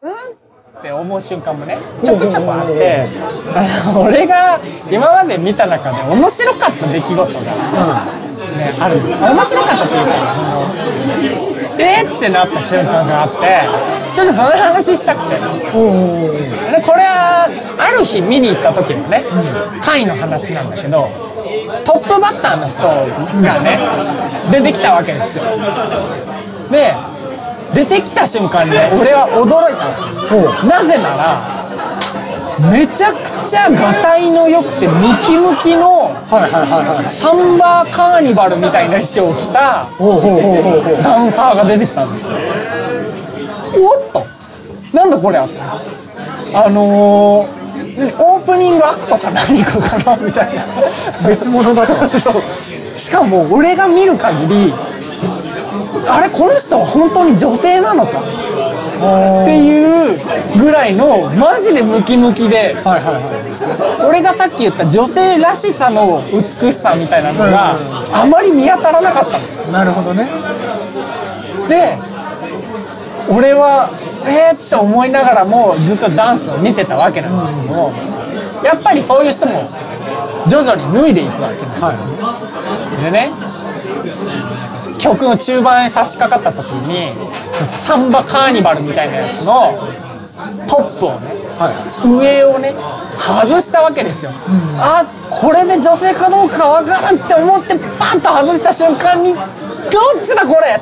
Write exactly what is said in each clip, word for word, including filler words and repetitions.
って思う瞬間もねちょくちょくあって、あの俺が今まで見た中で面白かった出来事が、ね、ある。面白かったというか、あのえーってなった瞬間があって、ちょっとその話したくて、でこれはある日見に行った時のね、回の話なんだけど、トップバッターの人がね出てきたわけですよ。で出てきた瞬間に、ね、俺は驚いたの。なぜならめちゃくちゃがたいの良くてムキムキのサンバカーニバルみたいな衣装を着たダンサーが出てきたんですよ。おっとなんだこれあのー、オープニングアクトか何かかなみたいな別物だとそうしかも俺が見る限りあれこの人は本当に女性なのかっていうぐらいのマジでムキムキで、はいはいはい、俺がさっき言った女性らしさの美しさみたいなのがあまり見当たらなかったの。 なるほどね。 で俺はえーって思いながらもずっとダンスを見てたわけなんですけども、やっぱりそういう人も徐々に脱いでいくわけなんですよ、はい、でね曲の中盤へ差し掛かった時にサンバカーニバルみたいなやつのトップをね、はい、上をね外したわけですよ、うん、あこれで女性かどうかわからんって思ってパンと外した瞬間にどっちだこれ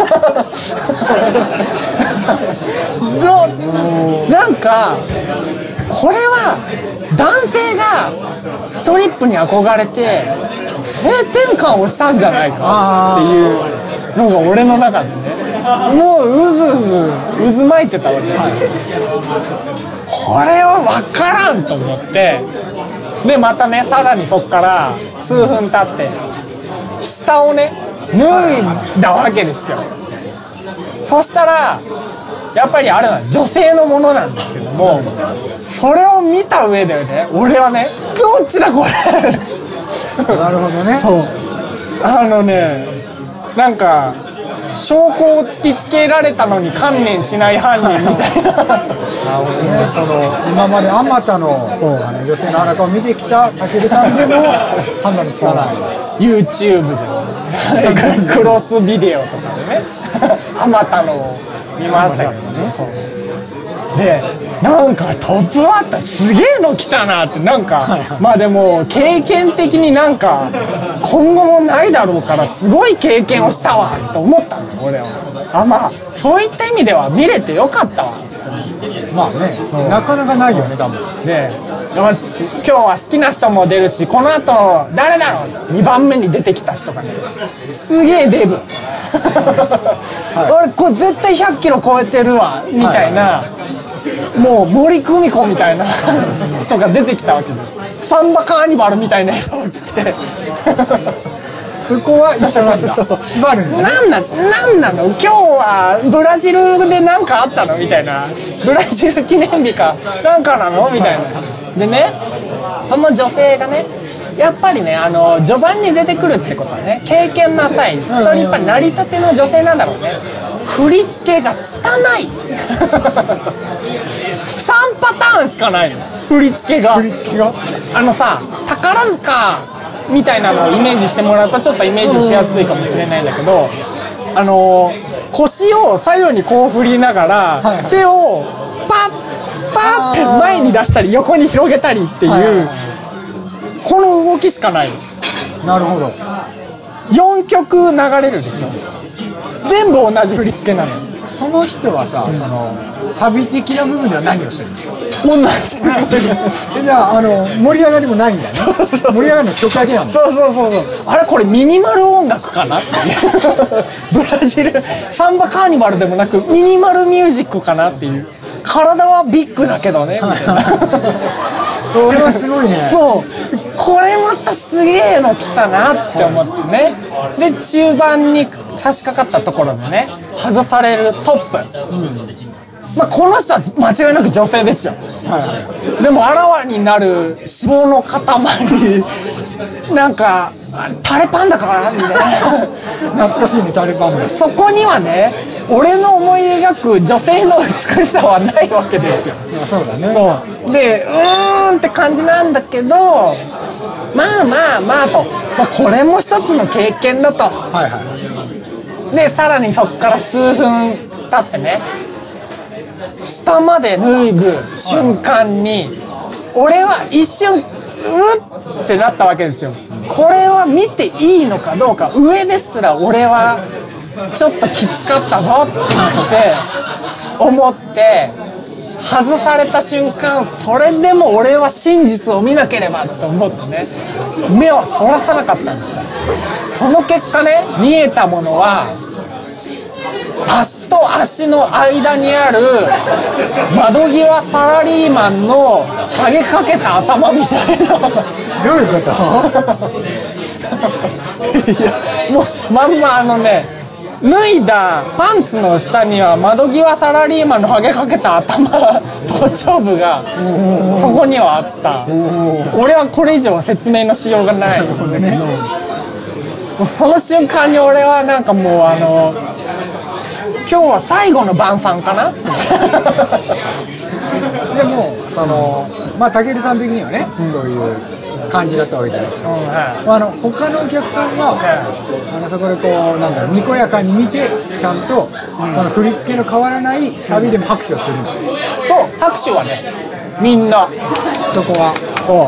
どなんかこれは男性がストリップに憧れて性転換をしたんじゃないかっていうのが俺の中でねもううずうず渦巻いてたわけです、はい、これは分からんと思ってでまたねさらにそっから数分経って下をね脱いだわけですよ。そしたらやっぱりあれは女性のものなんですけども、それを見た上でね俺はねどっちだこれなるほどね。 そうあのねなんか証拠を突きつけられたのに観念しない犯人みたいななるほどね。その今まであまたの、あの女性の裸を見てきたたけるさんでも判断つかない YouTube じゃんクロスビデオとかでねあまたのを見ましたけどね。そうでなんかトップバッターすげえの来たなってなんか、はいはい、まあでも経験的になんか今後もないだろうからすごい経験をしたわと思ったんだ俺は。あまあそういった意味では見れてよかったわ。 まあねなかなかないよね多分。 でよし今日は好きな人も出るしこの後誰だろうにばんめに出てきた人がねすげえデブ、はい、俺これ絶対ひゃっキロ超えてるわみたいな、はい、もう森久美子みたいな人が出てきたわけです。サンバカーニバルみたいな人が来てそこは一緒なんだ縛るんだ、ね、 なんななんなの今日はブラジルで何かあったのみたいなブラジル記念日かなんかなのみたいなでねその女性がねやっぱりねあの序盤に出てくるってことはね経験なさいストリッパーになりたての女性なんだろうね。振り付けが拙いさんパターンしかないの振り付けが。振り付けがあのさ宝塚みたいなのをイメージしてもらうとちょっとイメージしやすいかもしれないんだけどあの腰を左右にこう振りながら、はい、手をパッパッって前に出したり横に広げたりっていう、はいはいはい、この動きしかない。 なるほど。 よんきょく流れるでしょ。全部同じ振り付けなの。 その人はさ、うん、そのサビ的な部分では何をしてるの？ 同じじゃあ、あの盛り上がりもないんだよね盛り上がりの曲だけなんだ。 そうそうそうそう。あれこれミニマル音楽かなっていうブラジルサンバカーニバルでもなくミニマルミュージックかなっていう。体はビッグだけどねみたいなそれはすごいね。 そうこれまたすげえの来たなって思ってね。で中盤に差し掛かったところでね外されるトップ、うんまあ、この人は間違いなく女性ですよ、はい、でもあらわになる脂肪の塊なんかタレパンダかなみたいな懐かしいね、タレパンダ。 そこにはね俺の思い描く女性の美しさはないわけですよ。 あ、そうだね。 そうでうーんって感じなんだけど、まあまあまあと、まあ、これも一つの経験だと。 はいはい。 でさらにそこから数分経ってね、下まで脱ぐ瞬間に俺は一瞬うってなったわけですよ。これは見ていいのかどうか、上ですら俺はちょっときつかったぞって思って外された瞬間、それでも俺は真実を見なければと思ってね、目をそらさなかったんですよ。その結果ね、見えたものは足と足の間にある窓際サラリーマンのハゲかけた頭みたいな。 どういうこといやもうまんまあのね、脱いだパンツの下には窓際サラリーマンのハゲかけた頭頭頂部がそこにはあった。俺はこれ以上は説明のしようがないんだけど、その瞬間に俺はなんかもうあの今日は最後の晩餐かな。 でもそのまあたけるさん的にはね、うん、そういう感じだったわけじゃないですか。うん、はい、あの他のお客さんは、はい、あのそこでこうなんだろう、にこやかに見てちゃんと、うん、その振り付けの変わらないサビでも拍手をするの、うん、 そう拍手はねみんなそこはそう、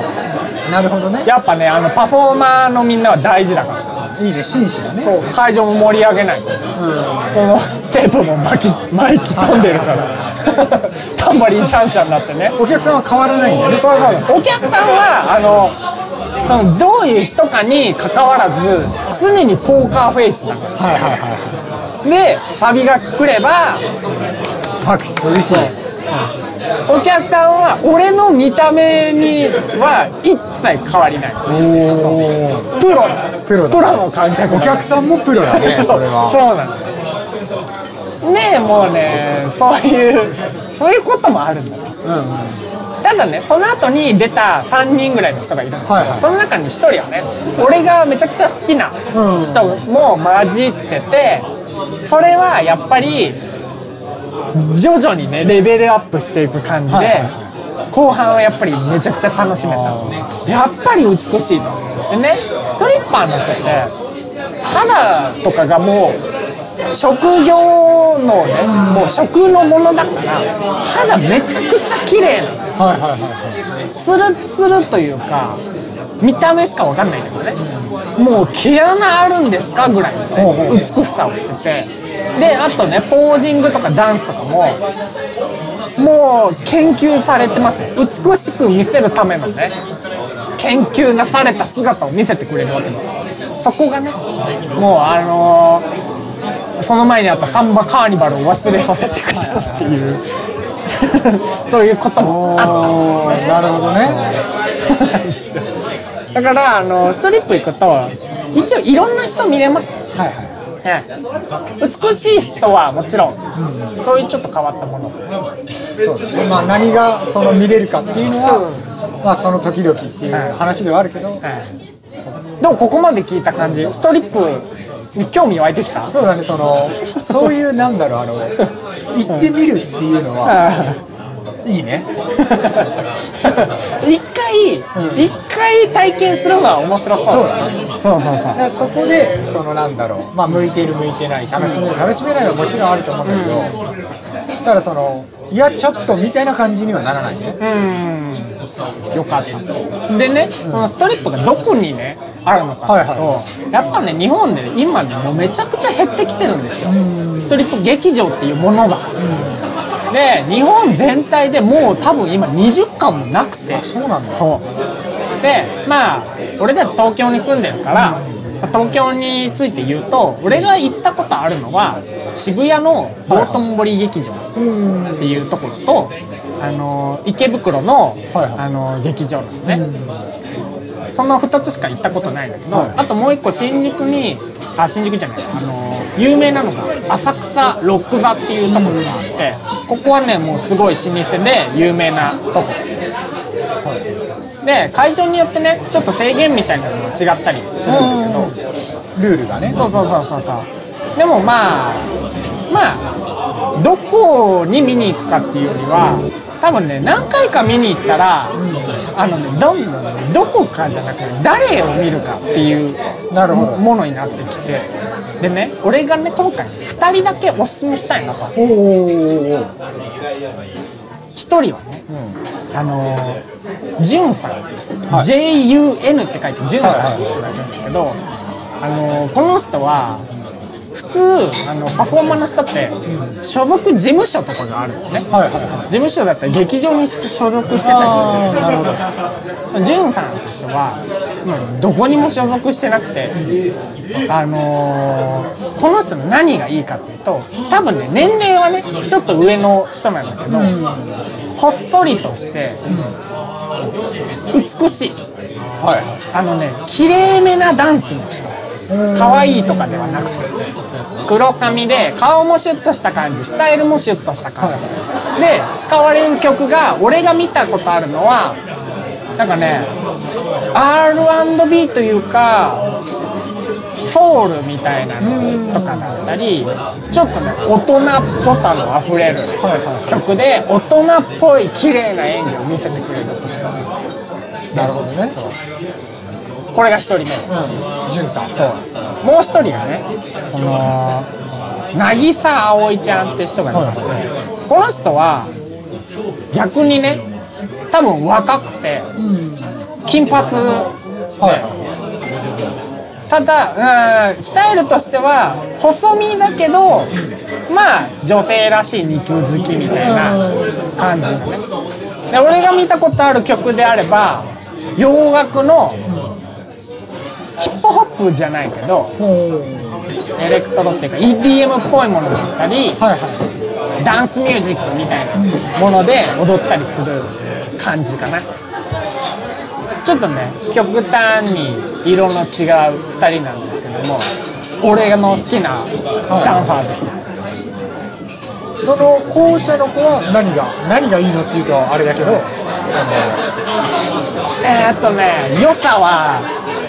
なるほどね。 やっぱねあのパフォーマーのみんなは大事だから。 いいね、紳士だね。 そう会場も盛り上げないと、うん、そのテープも巻き巻き飛んでるからタンバリンシャンシャンになってね。 お客さんは変わらないんだね。 そうそう、お客さんはあのそのどういう人かに関わらず常にポーカーフェイスだから、はいはいはい、でサビが来れば拍手するし、 お客さんは俺の見た目には一切変わりない。おプロだ、 プロだ、 プロの観客。 お客さんもプロだね。それはそうなんだね。えもうねそういうそういうこともあるんだね。うんうん、ただねその後に出たさんにんぐらいの人がいるんだけど、はいはい、その中にひとりはね俺がめちゃくちゃ好きな人も混じってて、それはやっぱり徐々にねレベルアップしていく感じで、はいはいはい、後半はやっぱりめちゃくちゃ楽しめた。やっぱり美しいと。でねストリッパーの人って肌とかがもう職業のねもう職のものだから肌めちゃくちゃ綺麗なの、はいはいはいはい、ツルツルというか見た目しか分かんないけどね、もう毛穴あるんですかぐらいの、ね、美しさをしてて、であとねポージングとかダンスとかももう研究されてますよ。美しく見せるためのね研究なされた姿を見せてくれるわけですよ。そこがねもうあのー、その前にあったサンバカーニバルを忘れさせてくれたっていうそういうこともあった。 なるほどね。 そうなんですよ。だからあのストリップ行くと一応いろんな人見れます。はいはいね、美しい人はもちろん、うん、そういうちょっと変わったもの、 そうですね、まあ、何がその見れるかっていうのは、うんまあ、その時々っていう話ではあるけど、うんうん、 でもここまで聞いた感じストリップに興味湧いてきた。 そうだね、そのそういうなんだろうあの行ってみるっていうのはいいね一回、うん、一回体験するのは面白そうだし、ね、 そこでそのなんだろう、まあ、向いている向いてない楽しめる楽しめないはもちろんあると思うんだけど、うん、ただそのいやちょっとみたいな感じにはならないね。 うん、よかった。でね、うん、そのストリップがどこにねあるのかというと、はいはい、やっぱね日本で、ね、今ねもうめちゃくちゃ減ってきてるんですよ、うん、ストリップ劇場っていうものが、うん、で日本全体でもう多分今にじゅっかんもなくて。 あ、そうなんだ。 そうでまあ俺たち東京に住んでるから、うん、東京について言うと俺が行ったことあるのは渋谷の道頓堀劇場っていうところと、あの池袋の、はいはい、あの劇場なのね、うん、そのふたつしか行ったことないんだけど、はい、あともう一個新宿にあ新宿じゃないあの有名なのが浅草ロック座っていうところがあって、ここはねもうすごい老舗で有名なとこはい、で会場によってねちょっと制限みたいなのも違ったりするんだけど、 ルールがね。 そうそうそうそうそう。でもまあまあどこに見に行くかっていうよりは多分ね何回か見に行ったら、うん、あのねどんどんねどこかじゃなくて誰を見るかっていうものになってきて、でね俺がね今回ふたりだけおすすめしたいなと。ひとりはね、うん、あのジュンさん、はい、ジェイユーエヌ って書いてジュンさんっていう人がいるんだけど、あのこの人は普通あのパフォーマーの人って所属事務所とかがあるのね、はいはいはい、事務所だったら劇場に所属してたりする。なるほど。ジュンさんって人は、うん、どこにも所属してなくて、あのー、この人の何がいいかっていうと多分ね年齢はねちょっと上の人なんだけど、うん、ほっそりとして、うん、美しい、はい、あのね綺麗めなダンスの人、可愛いとかではなくて黒髪で顔もシュッとした感じ、スタイルもシュッとした感じ、はい、で使われる曲が俺が見たことあるのはなんかね アールアンドビー というかソウルみたいなのとかだったりちょっとね大人っぽさのあふれる曲で大人っぽい綺麗な演技を見せてくれる人。なるほどね。これがひとりめ、うん、ジュンさん。そうもうひとりがねこの渚葵ちゃんって人がいまして、はい、この人は逆にね多分若くて、うん、金髪、はい、ただ、うん、スタイルとしては細身だけどまあ女性らしい肉好きみたいな感じのね。で俺が見たことある曲であれば洋楽のヒップホップじゃないけどエレクトロっていうか イーディーエム っぽいものだったり、はいはい、ダンスミュージックみたいなもので踊ったりする感じかな。ちょっとね極端に色の違うふたりなんですけども俺の好きなダンサーですね、 はい、その後者の子は何が何がいいのっていうとあれだけどえー、っとね良さは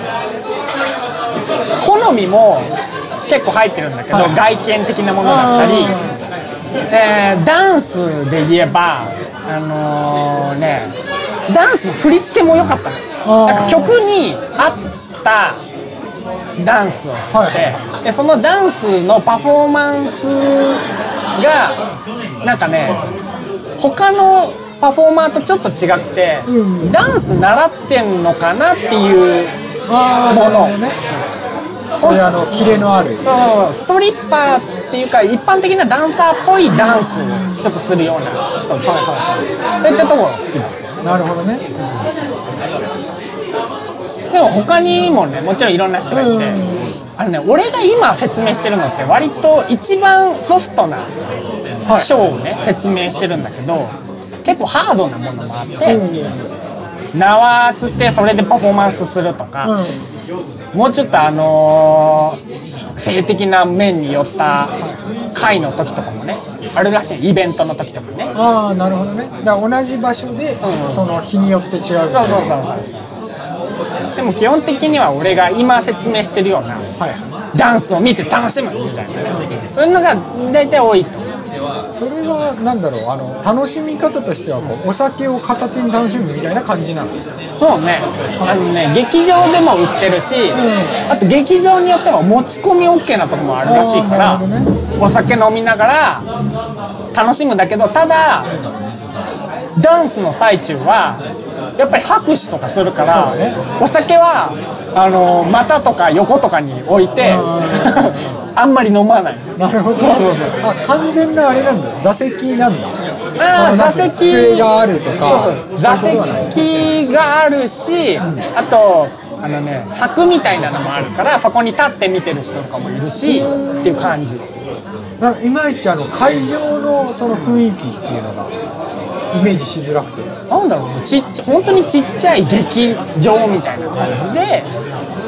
好みも結構入ってるんだけど、はい、外見的なものだったり、えー、ダンスで言えばあのー、ねダンスの振り付けも良かったの。なんか曲に合ったダンスをして、はい、でそのダンスのパフォーマンスがなんかね他のパフォーマーとちょっと違くて、うん、ダンス習ってんのかなっていうもの、ね、 そういうあのキレのあるストリッパーっていうか一般的なダンサーっぽいダンスをちょっとするような人で、そういったところが好きだ。 なるほどね。 でも他にもねもちろんいろんな人がいて、あのね俺が今説明してるのって割と一番ソフトなショーをね説明してるんだけど結構ハードなものもあって、縄つってそれでパフォーマンスするとか、うん、もうちょっとあのー、性的な面によった会の時とかもねあるらしい。イベントの時とかね。 ああなるほどね。だから同じ場所で、うん、その日によって違う。そうそうそうそう。でも基本的には俺が今説明してるような、はい、ダンスを見て楽しむみたいなね、そういうのが大体多いと。 それはなんだろうあの楽しみ方としてはこうお酒を片手に楽しむみたいな感じなの。 そうね。あのね劇場でも売ってるし、うん、あと劇場によっては持ち込み OK なとこもあるらしいから、ね、お酒飲みながら楽しむんだけどただダンスの最中はやっぱり拍手とかするから、ね、お酒はあの股とか横とかに置いてあんまり飲まない。 なるほど。あ、完全なあれなんだ。座席なんだ。 ああ、座席机があるとか。 そうそう、座席があるし、うん、あとあのね柵みたいなのもあるからそこに立って見てる人とかもいるしっていう感じ。 いまいちあの会場のその雰囲気っていうのがイメージしづらくて。 なんだろう、ちっち本当にちっちゃい劇場みたいな感じで。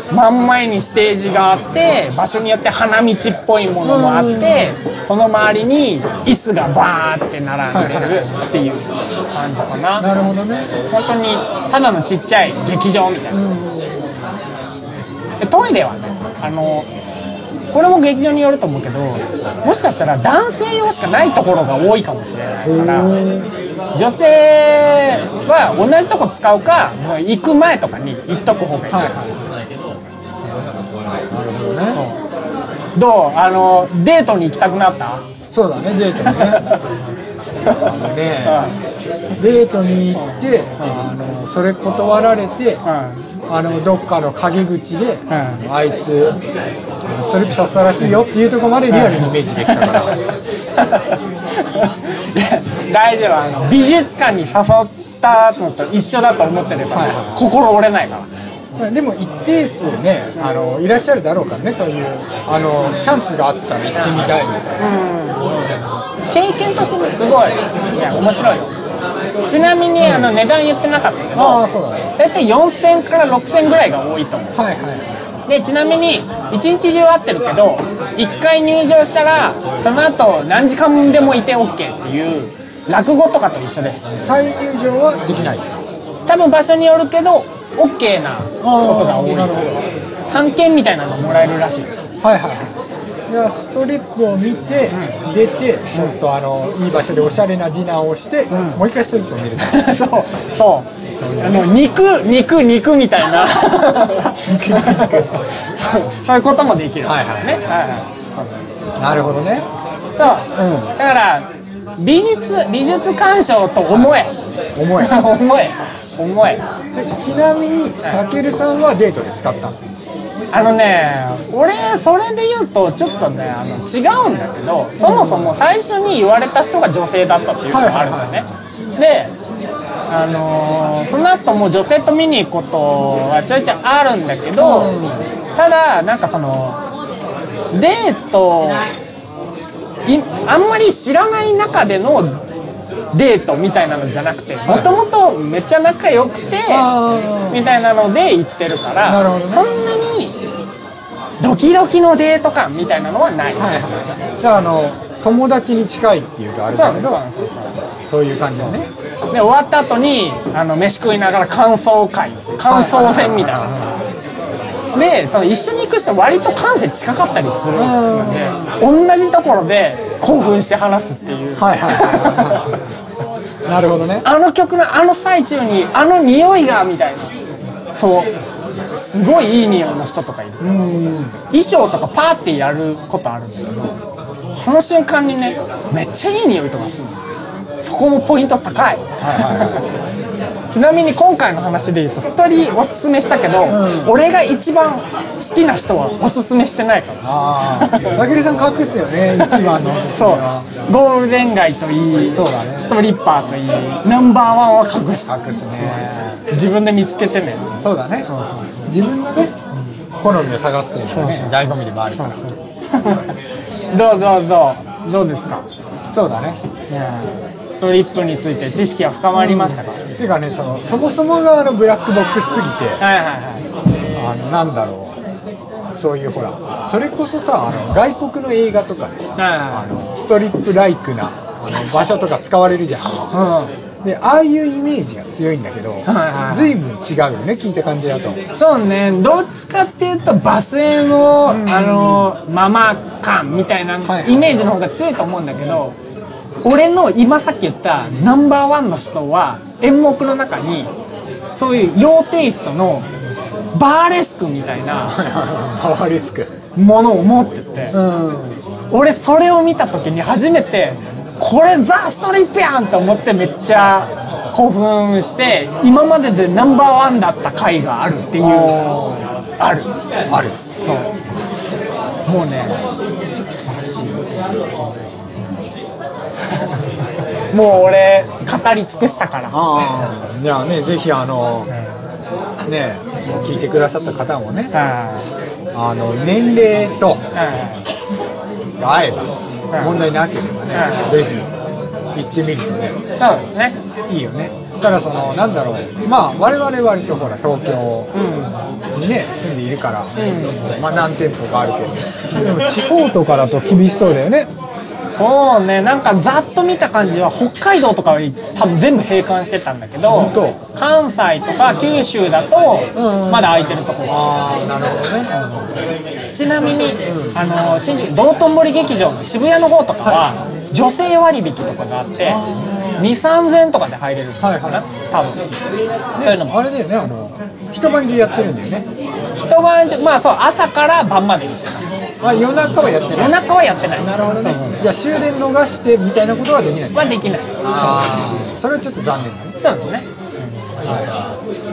真ん前にステージがあって場所によって花道っぽいものもあってその周りに椅子がバーって並んでるっていう感じかな。 なるほどね。 本当にただのちっちゃい劇場みたいな。でトイレはねあのこれも劇場によると思うけどもしかしたら男性用しかないところが多いかもしれないから女性は同じとこ使うかもう行く前とかに行っとく方がいいかもしれない。 なるほどね。 どうあのデートに行きたくなった？ そうだね、デートね。あのね、デートに行ってあのそれ断られて、うん、あのどっかの陰口で、うん、あいつストリップさせたらしいよっていうところまでリアルにイメージできたから、うん、 大丈夫。あの美術館に誘ったのと一緒だと思ってれば、はいはい、心折れないから。 でも一定数ねあのいらっしゃるだろうからね、そういうあのチャンスがあったら行ってみたいみたいな、 うん、経験としてもすごいいや面白いよ。ちなみに、うん、あの値段言ってなかったけど、 あそうだね、 大体よんせんからろくせんぐらいが多いと思う。はいはい、でちなみに一日中会ってるけどいっかい入場したらその後何時間でもいて OK っていう落語とかと一緒です。 再入場はできない？ 多分場所によるけどOK なことが多い。半券みたいなのもらえるらしい。 はいはい。じゃあストリップを見て、うん、出てちょっとあのいい場所でおしゃれなディナーをして、うん、もう一回ストリップを見る。 そうそう。あの肉肉肉みたいな肉肉肉そうそういうこともできるんですね。はいはいはい、なるほどね。 そう、うん、だから美術美術鑑賞と思え思え思え思え。 ちなみにたけるさんはデートで使ったの？ あのね俺それで言うとちょっとねあの違うんだけど、そもそも最初に言われた人が女性だったっていうのがあるんだよね。であのー、その後も女性と見に行くことはちょいちょいあるんだけど、ただなんかそのデートいあんまり知らない中でのデートみたいなのじゃなくてもともとめっちゃ仲良くてみたいなので行ってるから、ね、そんなにドキドキのデート感みたいなのはない。はいはい、 じゃああの友達に近いっていうかあれだけどそういう感じだね。 で終わった後にあの飯食いながら感想会感想戦みたいな、でその一緒に行く人割と感性近かったりするので同じところで興奮して話すっていう。はいはいはいなるほどね。 あの曲のあの最中にあの匂いがみたいな、そうすごいいい匂いの人とかいる。うん衣装とかパーってやることあるんだけどその瞬間にねめっちゃいい匂いとかするの。そこもポイント高い。はいはいはい、ちなみに今回の話で言うとふたりおすすめしたけど、うん、俺が一番好きな人はおすすめしてないから。ああ、たけるさん隠すよね一番のおすすめは。 そうゴールデン街といい、そうだね、ストリッパーといいナンバーワンは隠す隠すね。 自分で見つけてね。 そうだね、そうそう自分のね、うん、好みを探すというのがね醍醐味でもあるから。 どうどうどうどうですか。 そうだね、 うん、ストリップについて知識は深まりましたか。 うん、ていうかね そのそもそもがあのブラックボックスすぎて、はいはいはい、あのなんだろうそういうほらそれこそさあの外国の映画とかでさ、はいはいはい、あのストリップライクなあの場所とか使われるじゃん。うん、でああいうイメージが強いんだけど、はいはい、随分違うよね聞いた感じだと。 そうね、どっちかっていうとバスへの、うん、あのママ感みたいなイメージの方が強いと思うんだけど、はいはい、俺の今さっき言ったナンバーワンの人は演目の中にそういう洋テイストのバーレスクみたいなバーレスクものを持ってて、うん、俺それを見た時に初めてこれザ・ストリップやんと思ってめっちゃ興奮して今まででナンバーワンだった回があるっていう。あるあるそうもうね素晴らしいもう俺語り尽くしたから。 あじゃあねぜひあの、うん、ね聞いてくださった方もね、うん、あの年齢と、うん、合えば、うん、問題なければね、うん、ぜひ行ってみるとね、 そうですね、 いいよね。 だからそのなんだろう、まあ我々割とほら東京にね住んでいるから、まあ何店舗かあるけど、でも地方とかだと厳しそうだよね。 そうね、なんかざっと見た感じは北海道とかは多分全部閉館してたんだけど、関西とか九州だとまだ空いてるところ、うん、 ああなるほどね。ちなみに、うん、あの新宿道頓堀劇場の渋谷の方とかは、はい、女性割引とかがあってにせんさんぜんえんとかで入れるのかな、はいはい、多分、ね、そういうのもあれだよね、あの一晩中やってるんだよね。 一晩中、まあそう、朝から晩までって感じ。 あ、夜中はやってない。 夜中はやってない。 なるほどね。じゃあ終電逃してみたいなことはできない。 はできない。 ああ、それはちょっと残念だね。 そうですね。 はい。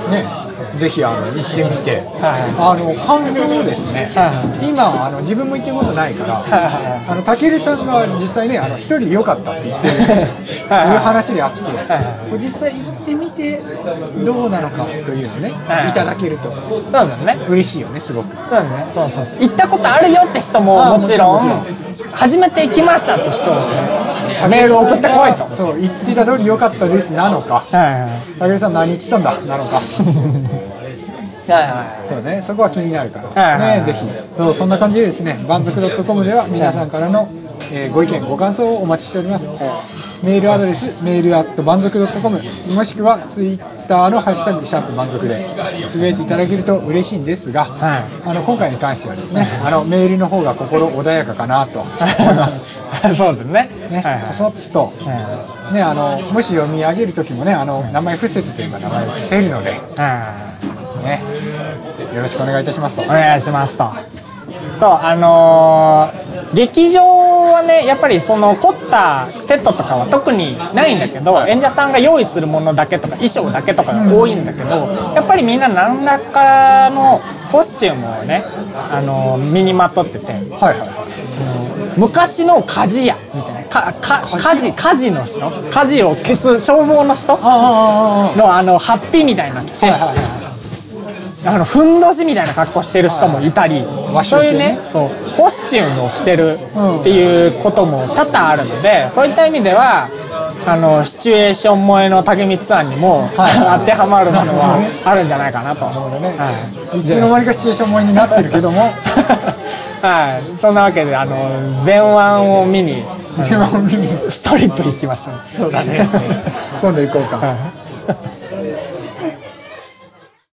ね、ぜひあの行ってみて、はい、あの感想をですね。はい、今あの自分も行ってることないから、はい、あのたけるさんが実際ね、あの一人で良かったって言ってるはいいう話であって、はい、実際行ってみてどうなのかというのをね、はい、いただけると、 そうですね。 嬉しいよね、すごく。 そうですね。そうそうそう。行ったことあるよって人ももちろん、初めて行きましたって人もね、メール送ってこいと。 そう、言ってた通り良かったですなのか、たけるさん何言ってたんだなのか。 はいはい、 そうね、そこは気になるから、ね、ぜひそう、そんな感じでですね、バンズクドットコムでは皆さんからの、えー、ご意見ご感想をお待ちしております。メールアドレスメールアットバンズクドットコム、もしくはツイッターのハッシュタグシャープ満足でつぶやいていただけると嬉しいんですが、はい、あの今回に関してはですね、あのメールの方が心穏やかかなと思いますそうですね、 ね、はいはい、こそっと、はい、ね、あのもし読み上げる時もね、あの名前伏せてというか名前を伏せるので、ね、よろしくお願いいたしますと。 お願いしますと。そう、あのー、劇場はね、やっぱりその凝ったセットとかは特にないんだけど、演者さんが用意するものだけとか衣装だけとかが多いんだけど、やっぱりみんな何らかのコスチュームをね、あのー、身にまとってて、はいはい、昔の鍛冶屋みたいな、かか火事火事の人、火事を消す消防の人のあのハッピーみたいなの着て、はいはいはい、あのふんどしみたいな格好してる人もいたり、はい、そういうね、そうコスチュームを着てるっていうことも多々あるので、そういった意味ではあのシチュエーション萌えの竹光さんにも、はい、当てはまるものはあるんじゃないかなと。なるほどね、はい、 いつの間にかシチュエーション萌えになってるけどもはい、そんなわけであの前腕を見に前腕を見にストリップ行きましょう。 そうだね今度行こうか。はい